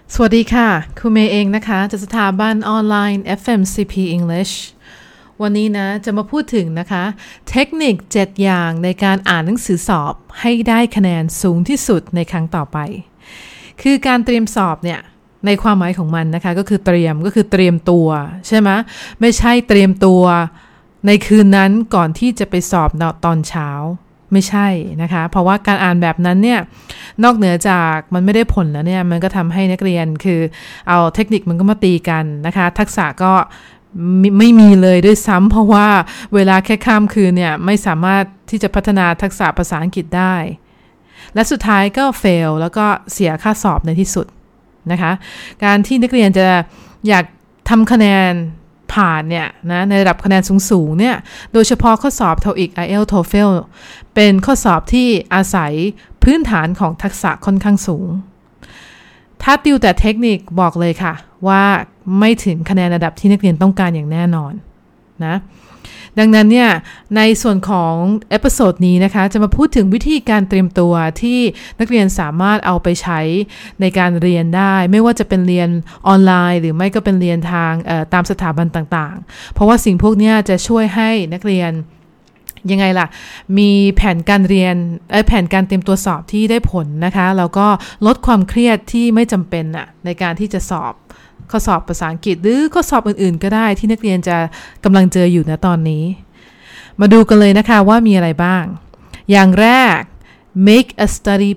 สวัสดีค่ะครูเมย์เองนะคะจากสถาบันออนไลน์ FMCP English วันนี้นะจะมาพูดถึงนะคะเทคนิค7อย่างในการอ่านหนังสือสอบให้ได้คะแนนสูงที่สุดในครั้งต่อไปคือการเตรียมสอบเนี่ยในความหมายของมันนะคะก็คือเตรียมตัวใช่ไหมไม่ใช่เตรียมตัวในคืนนั้นก่อนที่จะไปสอบตอนเช้าไม่ใช่นะคะเพราะว่าการอ่านแบบนั้นเนี่ยนอกเหนือจากมันไม่ได้ผลแล้วเนี่ยมันก็ทำให้นักเรียนคือเอาเทคนิคมันก็มาตีกันนะคะทักษะก็ไม่มีเลยด้วยซ้ำเพราะว่าเวลาแค่ข้ามคืนเนี่ยไม่สามารถที่จะพัฒนาทักษะภาษาอังกฤษได้และสุดท้ายก็เฟลแล้วก็เสียค่าสอบในที่สุดนะคะการที่นักเรียนจะอยากทำคะแนนผ่านเนี่ยนะในระดับคะแนนสูงๆเนี่ยโดยเฉพาะข้อสอบ TOEIC IELTS TOEFL เป็นข้อสอบที่อาศัยพื้นฐานของทักษะค่อนข้างสูงถ้าติวแต่เทคนิคบอกเลยค่ะว่าไม่ถึงคะแนนระดับที่นักเรียนต้องการอย่างแน่นอนนะดังนั้นเนี่ยในส่วนของเอพิโซดนี้นะคะจะมาพูดถึงวิธีการเตรียมตัวที่นักเรียนสามารถเอาไปใช้ในการเรียนได้ไม่ว่าจะเป็นเรียนออนไลน์หรือไม่ก็เป็นเรียนทางตามสถาบันต่างๆเพราะว่าสิ่งพวกนี้จะช่วยให้นักเรียนยังไงล่ะมีแผนการเรียนแผนการเตรียมตัวสอบที่ได้ผลนะคะแล้วก็ลดความเครียดที่ไม่จำเป็นในการที่จะสอบข้อสอบภาษาอังกฤษหรือข้อสอบอื่นๆก็ได้ที่นักเรียนจะกำลังเจออยู่ณตอนนี้มาดูกันเลยนะคะว่ามีอะไรบ้างอย่างแรก make a study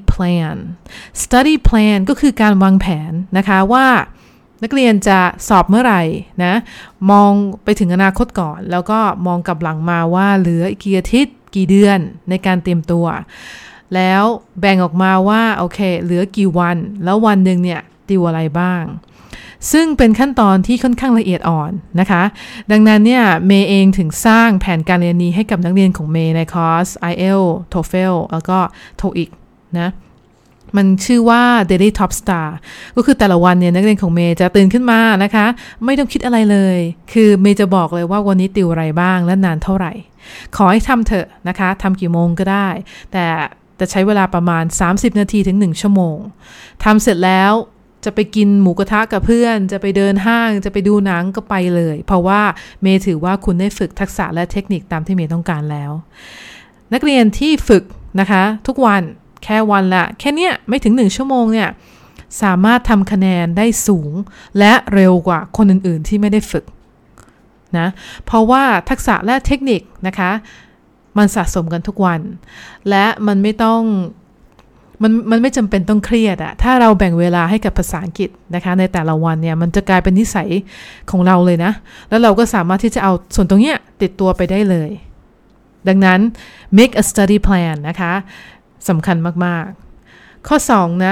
plan ก็คือการวางแผนนะคะว่านักเรียนจะสอบเมื่อไหร่นะมองไปถึงอนาคตก่อนแล้วก็มองกลับหลังมาว่าเหลืออีกกี่อาทิตย์กี่เดือนในการเตรียมตัวแล้วแบ่งออกมาว่าโอเคเหลือกี่วันแล้ววันหนึ่งเนี่ยติวอะไรบ้างซึ่งเป็นขั้นตอนที่ค่อนข้างละเอียดอ่อนนะคะดังนั้นเนี่ยเมย์เองถึงสร้างแผนการเรียนนี้ให้กับนักเรียนของเมย์ในคอร์ส IELTS TOEFL แล้วก็ TOEIC นะมันชื่อว่า Daily Top Star ก็คือแต่ละวันเนี่ยนักเรียนของเมย์จะตื่นขึ้นมานะคะไม่ต้องคิดอะไรเลยคือเมย์จะบอกเลยว่าวันนี้ติวอะไรบ้างและนานเท่าไหร่ขอให้ทำเถอะนะคะทำกี่โมงก็ได้แต่จะใช้เวลาประมาณ30นาทีถึง1ชั่วโมงทำเสร็จแล้วจะไปกินหมูกระทะกับเพื่อนจะไปเดินห้างจะไปดูหนังก็ไปเลยเพราะว่าเมย์ถือว่าคุณได้ฝึกทักษะและเทคนิคตามที่เมย์ต้องการแล้วนักเรียนที่ฝึกนะคะทุกวันแค่วันละแค่เนี้ยไม่ถึง1ชั่วโมงเนี่ยสามารถทำคะแนนได้สูงและเร็วกว่าคนอื่นๆที่ไม่ได้ฝึกนะเพราะว่าทักษะและเทคนิคนะคะมันสะสมกันทุกวันและมันไม่ต้องมันไม่จำเป็นต้องเครียดถ้าเราแบ่งเวลาให้กับภาษาอังกฤษนะคะในแต่ละวันเนี่ยมันจะกลายเป็นนิสัยของเราเลยนะแล้วเราก็สามารถที่จะเอาส่วนตรงเนี้ยติดตัวไปได้เลยดังนั้น make a study plan นะคะสำคัญมากๆข้อ2นะ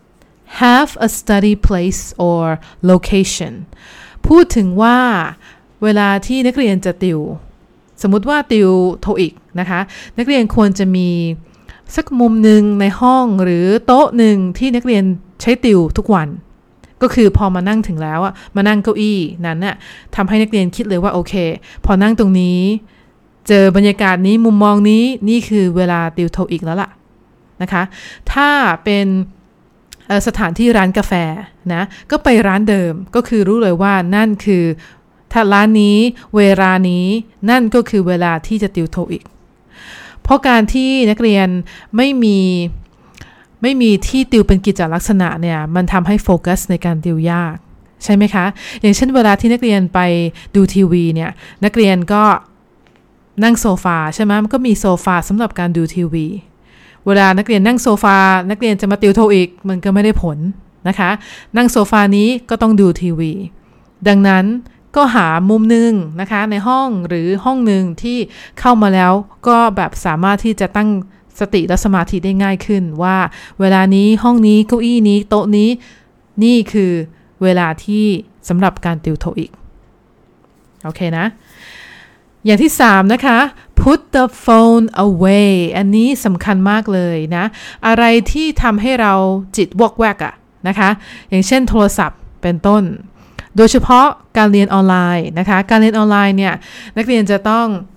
have a study place or location พูดถึงว่าเวลาที่นักเรียนจะติวสมมุติว่าติว TOEIC นะคะนักเรียนควรจะมีสักมุมหนึ่งในห้องหรือโต๊ะหนึ่งที่นักเรียนใช้ติวทุกวันก็คือพอมานั่งถึงแล้วมานั่งเก้าอี้นั้นน่ะทำให้นักเรียนคิดเลยว่าโอเคพอนั่งตรงนี้เจอบรรยากาศนี้มุมมองนี้นี่คือเวลาติว TOEIC แล้วล่ะนะคะถ้าเป็นสถานที่ร้านกาแฟนะก็ไปร้านเดิมก็คือรู้เลยว่านั่นคือถ้าร้านนี้เวลานี้นั่นก็คือเวลาที่จะติว TOEICเพราะการที่นักเรียนไม่มีที่ติวเป็นกิจลักษณะเนี่ยมันทำให้โฟกัสในการติวยากใช่ไหมคะอย่างเช่นเวลาที่นักเรียนไปดูทีวีเนี่ยนักเรียนก็นั่งโซฟาใช่ไหมมันก็มีโซฟาสำหรับการดูทีวีเวลานักเรียนนั่งโซฟานักเรียนจะมาติวTOEICมันก็ไม่ได้ผลนะคะนั่งโซฟานี้ก็ต้องดูทีวีดังนั้นก็หามุมหนึ่งนะคะในห้องหรือห้องหนึ่งที่เข้ามาแล้วก็แบบสามารถที่จะตั้งสติและสมาธิได้ง่ายขึ้นว่าเวลานี้ห้องนี้เก้าอี้นี้โต๊ะนี้นี่คือเวลาที่สำหรับการติวTOEICโอเคนะอย่างที่3นะคะ put the phone away อันนี้สำคัญมากเลยนะอะไรที่ทำให้เราจิตวอกแวกนะคะอย่างเช่นโทรศัพท์เป็นต้นโดยเฉพาะการเรียนออนไลน์นะคะการเรียนออนไลน์เนี่ยนักเรียนจะต้อง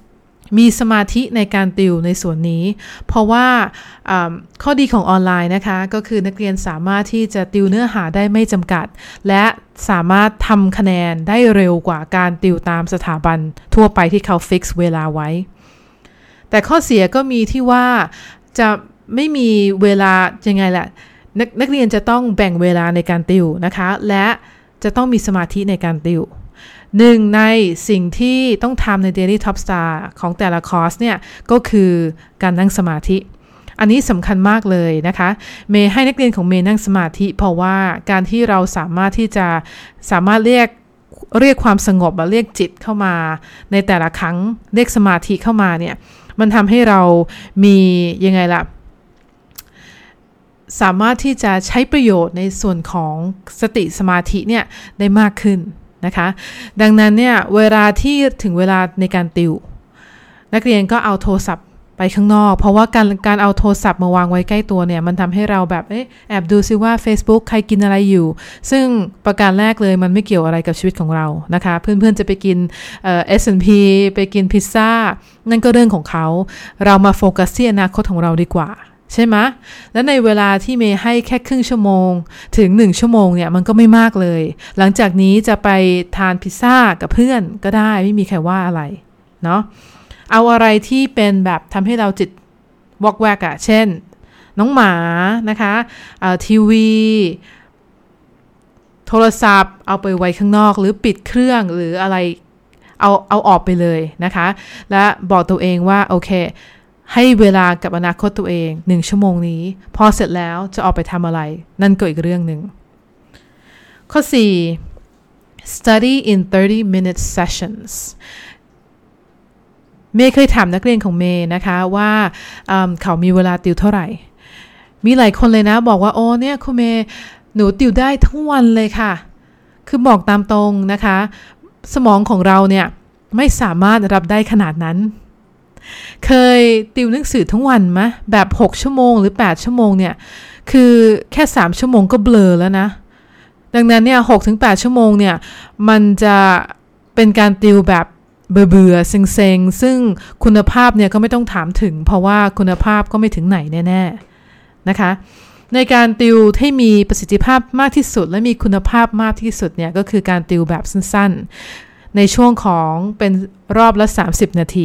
มีสมาธิในการติวในส่วนนี้เพราะว่าข้อดีของออนไลน์นะคะก็คือนักเรียนสามารถที่จะติวเนื้อหาได้ไม่จำกัดและสามารถทำคะแนนได้เร็วกว่าการติวตามสถาบันทั่วไปที่เขาฟิกซ์เวลาไว้แต่ข้อเสียก็มีที่ว่าจะไม่มีเวลายังไงแหละนักเรียนจะต้องแบ่งเวลาในการติวนะคะและจะต้องมีสมาธิในการติวหนึ่งในสิ่งที่ต้องทำใน Daily Top Star ของแต่ละคอร์สเนี่ยก็คือการนั่งสมาธิอันนี้สำคัญมากเลยนะคะเมย์ให้นักเรียนของเมย์นั่งสมาธิเพราะว่าการที่เราสามารถที่จะเรียกความสงบเรียกจิตเข้ามาในแต่ละครั้งเรียกสมาธิเข้ามาเนี่ยมันทำให้เรามียังไงล่ะสามารถที่จะใช้ประโยชน์ในส่วนของสติสมาธิเนี่ยได้มากขึ้นนะคะดังนั้นเนี่ยเวลาที่ถึงเวลาในการติวนักเรียนก็เอาโทรศัพท์ไปข้างนอกเพราะว่าการเอาโทรศัพท์มาวางไว้ใกล้ตัวเนี่ยมันทำให้เราแบบแอบดูซิว่า Facebook ใครกินอะไรอยู่ซึ่งประการแรกเลยมันไม่เกี่ยวอะไรกับชีวิตของเรานะคะเพื่อนๆจะไปกินS&P ไปกินพิซซ่านั่นก็เรื่องของเขาเรามาโฟกัสที่อนาคตของเราดีกว่าใช่ไหมและในเวลาที่เมย์ให้แค่ครึ่งชั่วโมงถึง1ชั่วโมงเนี่ยมันก็ไม่มากเลยหลังจากนี้จะไปทานพิซซ่ากับเพื่อนก็ได้ไม่มีใครว่าอะไรเนาะเอาอะไรที่เป็นแบบทำให้เราจิตวอกแวกเช่นน้องหมานะคะทีวีโทรศัพท์เอาไปไว้ข้างนอกหรือปิดเครื่องหรืออะไรเอาออกไปเลยนะคะและบอกตัวเองว่าโอเคให้เวลากับอนาคตตัวเอง1ชั่วโมงนี้พอเสร็จแล้วจะออกไปทำอะไรนั่นก็อีกเรื่องหนึ่งข้อ4 study in 30-minute sessions เมย์เคยถามนักเรียนของเมย์นะคะว่าเขามีเวลาติวเท่าไหร่มีหลายคนเลยนะบอกว่าโอ้เนี่ยคุณเมย์หนูติวได้ทั้งวันเลยค่ะคือบอกตามตรงนะคะสมองของเราเนี่ยไม่สามารถรับได้ขนาดนั้นเคยติวหนังสือทั้งวันไหมแบบ6ชั่วโมงหรือ8ชั่วโมงเนี่ยคือแค่3ชั่วโมงก็เบลอแล้วนะดังนั้นเนี่ย 6-8 ชั่วโมงเนี่ยมันจะเป็นการติวแบบเบื่อๆเซ็งๆซึ่งคุณภาพเนี่ยก็ไม่ต้องถามถึงเพราะว่าคุณภาพก็ไม่ถึงไหนแน่ๆนะคะในการติวให้มีประสิทธิภาพมากที่สุดและมีคุณภาพมากที่สุดเนี่ยก็คือการติวแบบสั้นๆในช่วงของเป็นรอบละ30นาที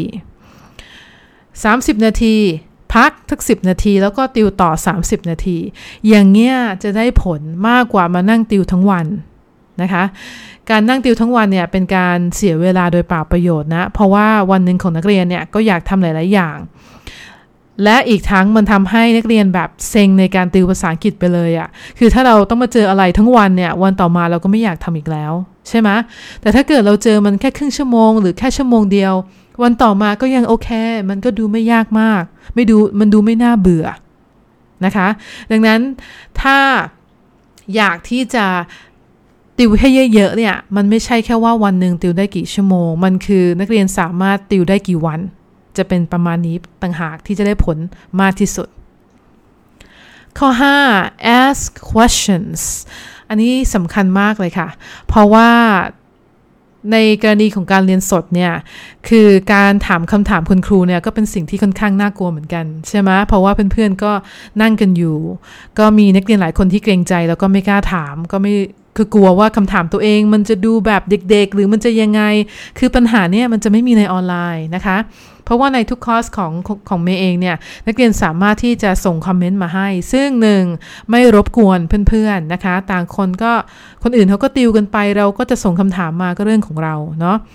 30นาทีพักทัก10นาทีแล้วก็ติวต่อ30นาทีอย่างเงี้ยจะได้ผลมากกว่ามานั่งติวทั้งวันนะคะการนั่งติวทั้งวันเนี่ยเป็นการเสียเวลาโดยเปล่าประโยชน์นะเพราะว่าวันหนึ่งของนักเรียนเนี่ยก็อยากทำหลายๆอย่างและอีกทั้งมันทำให้นักเรียนแบบเซ็งในการติวภาษาอังกฤษไปเลยอ่ะคือถ้าเราต้องมาเจออะไรทั้งวันเนี่ยวันต่อมาเราก็ไม่อยากทำอีกแล้วใช่ไหมแต่ถ้าเกิดเราเจอมันแค่ครึ่งชั่วโมงหรือแค่ชั่วโมงเดียววันต่อมาก็ยังโอเคมันก็ดูไม่ยากมากมันดูไม่น่าเบื่อนะคะดังนั้นถ้าอยากที่จะติวให้เยอะๆเนี่ยมันไม่ใช่แค่ว่าวันหนึ่งติวได้กี่ชั่วโมงมันคือนักเรียนสามารถติวได้กี่วันจะเป็นประมาณนี้ต่างหากที่จะได้ผลมากที่สุดข้อ5 ask questions อันนี้สำคัญมากเลยค่ะเพราะว่าในกรณีของการเรียนสดเนี่ยคือการถามคำถามคุณครูเนี่ยก็เป็นสิ่งที่ค่อนข้างน่ากลัวเหมือนกันใช่ไหมเพราะว่าเพื่อนๆก็นั่งกันอยู่ก็มีนักเรียนหลายคนที่เกรงใจแล้วก็ไม่กล้าถามก็ไม่คือกลัวว่าคำถามตัวเองมันจะดูแบบเด็กๆหรือมันจะยังไงคือปัญหาเนี่ยมันจะไม่มีในออนไลน์นะคะเพราะว่าในทุกคอร์สของเมย์เองเนี่ยนักเรียนสามารถที่จะส่งคอมเมนต์มาให้ซึ่ง1ไม่รบกวนเพื่อนๆนะคะต่างคนอื่นเขาก็ติวกันไปเราก็จะส่งคำถามมาก็เรื่องของเราเนาะ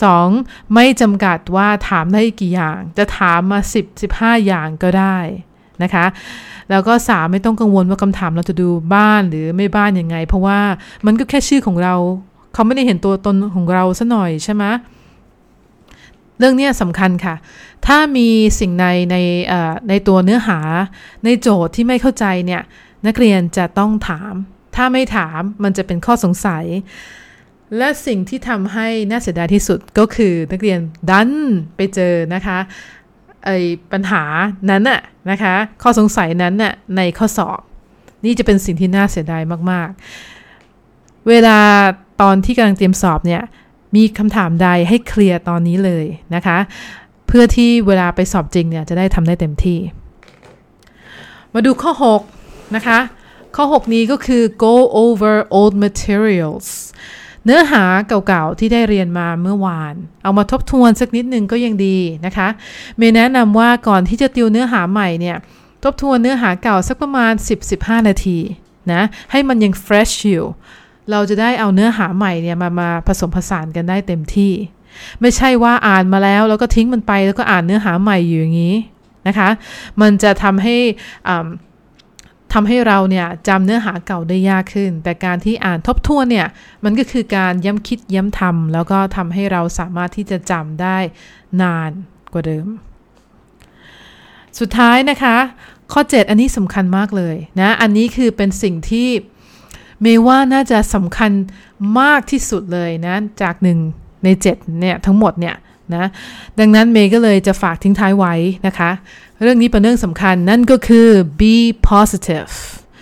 2ไม่จำกัดว่าถามได้กี่อย่างจะถามมา10-15อย่างก็ได้นะคะแล้วก็3ไม่ต้องกังวลว่าคำถามเราจะดูบ้านหรือไม่บ้านยังไงเพราะว่ามันก็แค่ชื่อของเราเขาไม่ได้เห็นตัวตนของเราซะหน่อยใช่ไหมเรื่องนี้สำคัญค่ะถ้ามีสิ่งในตัวเนื้อหาในโจทย์ที่ไม่เข้าใจเนี่ยนักเรียนจะต้องถามถ้าไม่ถามมันจะเป็นข้อสงสัยและสิ่งที่ทำให้น่าเสียดายที่สุดก็คือนักเรียนดันไปเจอนะคะปัญหานั้นน่ะนะคะข้อสงสัยนั้นน่ะในข้อสอบนี่จะเป็นสิ่งที่น่าเสียดายมากๆเวลาตอนที่กำลังเตรียมสอบเนี่ยมีคำถามใดให้เคลียร์ตอนนี้เลยนะคะเพื่อที่เวลาไปสอบจริงเนี่ยจะได้ทำได้เต็มที่มาดูข้อ6นะคะข้อ6นี้ก็คือ go over old materials เนื้อหาเก่าๆที่ได้เรียนมาเมื่อวานเอามาทบทวนสักนิดนึงก็ยังดีนะคะเมย์แนะนำว่าก่อนที่จะติวเนื้อหาใหม่เนี่ยทบทวนเนื้อหาเก่าสักประมาณ 10-15 นาทีนะให้มันยัง fresh อยู่เราจะได้เอาเนื้อหาใหม่เนี่ยมาผสมผสานกันได้เต็มที่ไม่ใช่ว่าอ่านมาแล้วก็ทิ้งมันไปแล้วก็อ่านเนื้อหาใหม่อยู่อย่างนี้นะคะมันจะทำให้เราเนี่ยจำเนื้อหาเก่าได้ยากขึ้นแต่การที่อ่านทบทวนเนี่ยมันก็คือการย้ำคิดย้ำทำแล้วก็ทำให้เราสามารถที่จะจำได้นานกว่าเดิมสุดท้ายนะคะข้อ7อันนี้สำคัญมากเลยนะอันนี้คือเป็นสิ่งที่เมย์ว่าน่าจะสำคัญมากที่สุดเลยนะจาก1ใน7เนี่ยทั้งหมดเนี่ยนะดังนั้นเมย์ก็เลยจะฝากทิ้งท้ายไว้นะคะเรื่องนี้เป็นเรื่องสำคัญนั่นก็คือ be positive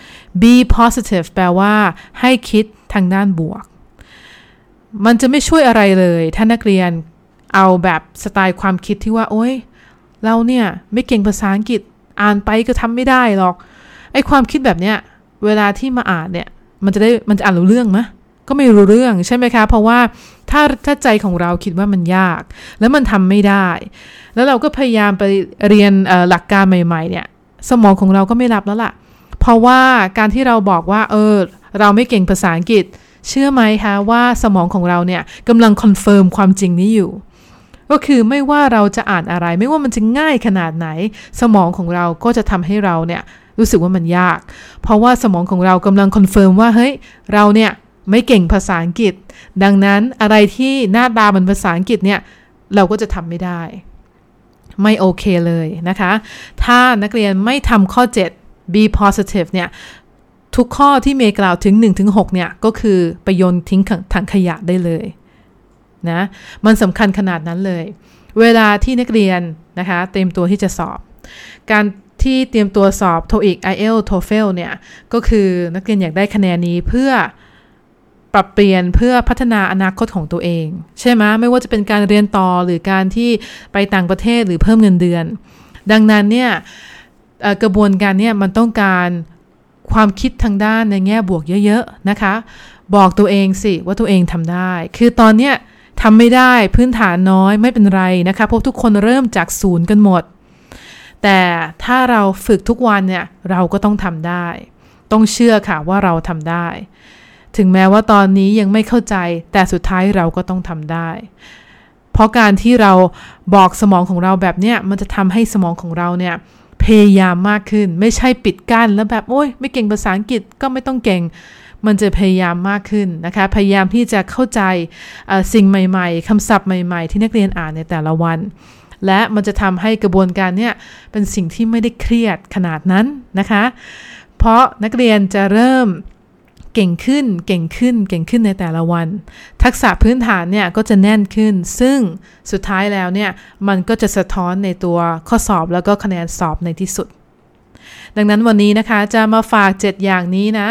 be positive แปลว่าให้คิดทางด้านบวกมันจะไม่ช่วยอะไรเลยถ้านักเรียนเอาแบบสไตล์ความคิดที่ว่าโอ๊ยเราเนี่ยไม่เก่งภาษาอังกฤษอ่านไปก็ทำไม่ได้หรอกไอ้ความคิดแบบเนี้ยเวลาที่มาอ่านเนี่ยมันจะอ่านรู้เรื่องไหมก็ไม่รู้เรื่องใช่ไหมคะเพราะว่าถ้าใจของเราคิดว่ามันยากแล้วมันทำไม่ได้แล้วเราก็พยายามไปเรียนหลักการใหม่ๆเนี่ยสมองของเราก็ไม่รับแล้วล่ะเพราะว่าการที่เราบอกว่าเราไม่เก่งภาษาอังกฤษเชื่อไหมคะว่าสมองของเราเนี่ยกำลังคอนเฟิร์มความจริงนี้อยู่ก็คือไม่ว่าเราจะอ่านอะไรไม่ว่ามันจะง่ายขนาดไหนสมองของเราก็จะทำให้เราเนี่ยรู้สึกว่ามันยากเพราะว่าสมองของเรากำลังคอนเฟิร์มว่าเฮ้ยเราเนี่ยไม่เก่งภาษาอังกฤษดังนั้นอะไรที่หน้าตาเป็นภาษาอังกฤษเนี่ยเราก็จะทำไม่ได้ไม่โอเคเลยนะคะถ้านักเรียนไม่ทำข้อ7 be positive เนี่ยทุกข้อที่เมย์กล่าวถึง 1-6 เนี่ยก็คือไปโยนทิ้งถังขยะได้เลยนะมันสำคัญขนาดนั้นเลยเวลาที่นักเรียนนะคะเตรียมตัวที่จะสอบการที่เตรียมตัวสอบ TOEIC IELTS TOEFL เนี่ยก็คือนักเรียนอยากได้คะแนนนี้เพื่อปรับเปลี่ยนเพื่อพัฒนาอนาคตของตัวเองใช่ไหมไม่ว่าจะเป็นการเรียนต่อหรือการที่ไปต่างประเทศหรือเพิ่มเงินเดือนดังนั้นเนี่ยกระบวนการเนี่ยมันต้องการความคิดทางด้านในแง่บวกเยอะๆนะคะบอกตัวเองสิว่าตัวเองทำได้คือตอนเนี้ยทำไม่ได้พื้นฐานน้อยไม่เป็นไรนะคะเพราะทุกคนเริ่มจากศูนย์กันหมดแต่ถ้าเราฝึกทุกวันเนี่ยเราก็ต้องทำได้ต้องเชื่อค่ะว่าเราทำได้ถึงแม้ว่าตอนนี้ยังไม่เข้าใจแต่สุดท้ายเราก็ต้องทำได้เพราะการที่เราบอกสมองของเราแบบเนี้ยมันจะทำให้สมองของเราเนี่ยพยายามมากขึ้นไม่ใช่ปิดกั้นแล้วแบบโอ๊ยไม่เก่งภาษาอังกฤษก็ไม่ต้องเก่งมันจะพยายามมากขึ้นนะคะพยายามที่จะเข้าใจสิ่งใหม่ๆคำศัพท์ใหม่ๆที่นักเรียนอ่านในแต่ละวันและมันจะทำให้กระบวนการเนี่ยเป็นสิ่งที่ไม่ได้เครียดขนาดนั้นนะคะเพราะนักเรียนจะเริ่มเก่งขึ้นในแต่ละวันทักษะพื้นฐานเนี่ยก็จะแน่นขึ้นซึ่งสุดท้ายแล้วเนี่ยมันก็จะสะท้อนในตัวข้อสอบแล้วก็คะแนนสอบในที่สุดดังนั้นวันนี้นะคะจะมาฝาก7อย่างนี้นะ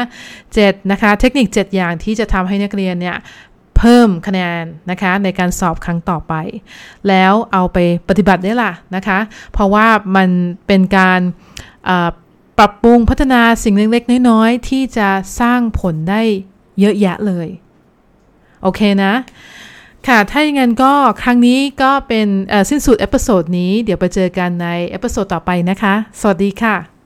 7นะคะเทคนิค7อย่างที่จะทำให้นักเรียนเนี่ยเพิ่มคะแนนนะคะในการสอบครั้งต่อไปแล้วเอาไปปฏิบัติได้ล่ะนะคะเพราะว่ามันเป็นการปรับปรุงพัฒนาสิ่งเล็กๆน้อยๆที่จะสร้างผลได้เยอะแยะเลยโอเคนะค่ะถ้าอย่างนั้นก็ครั้งนี้ก็เป็นสิ้นสุดเอพิโซดนี้เดี๋ยวไปเจอกันในเอพิโซดต่อไปนะคะสวัสดีค่ะ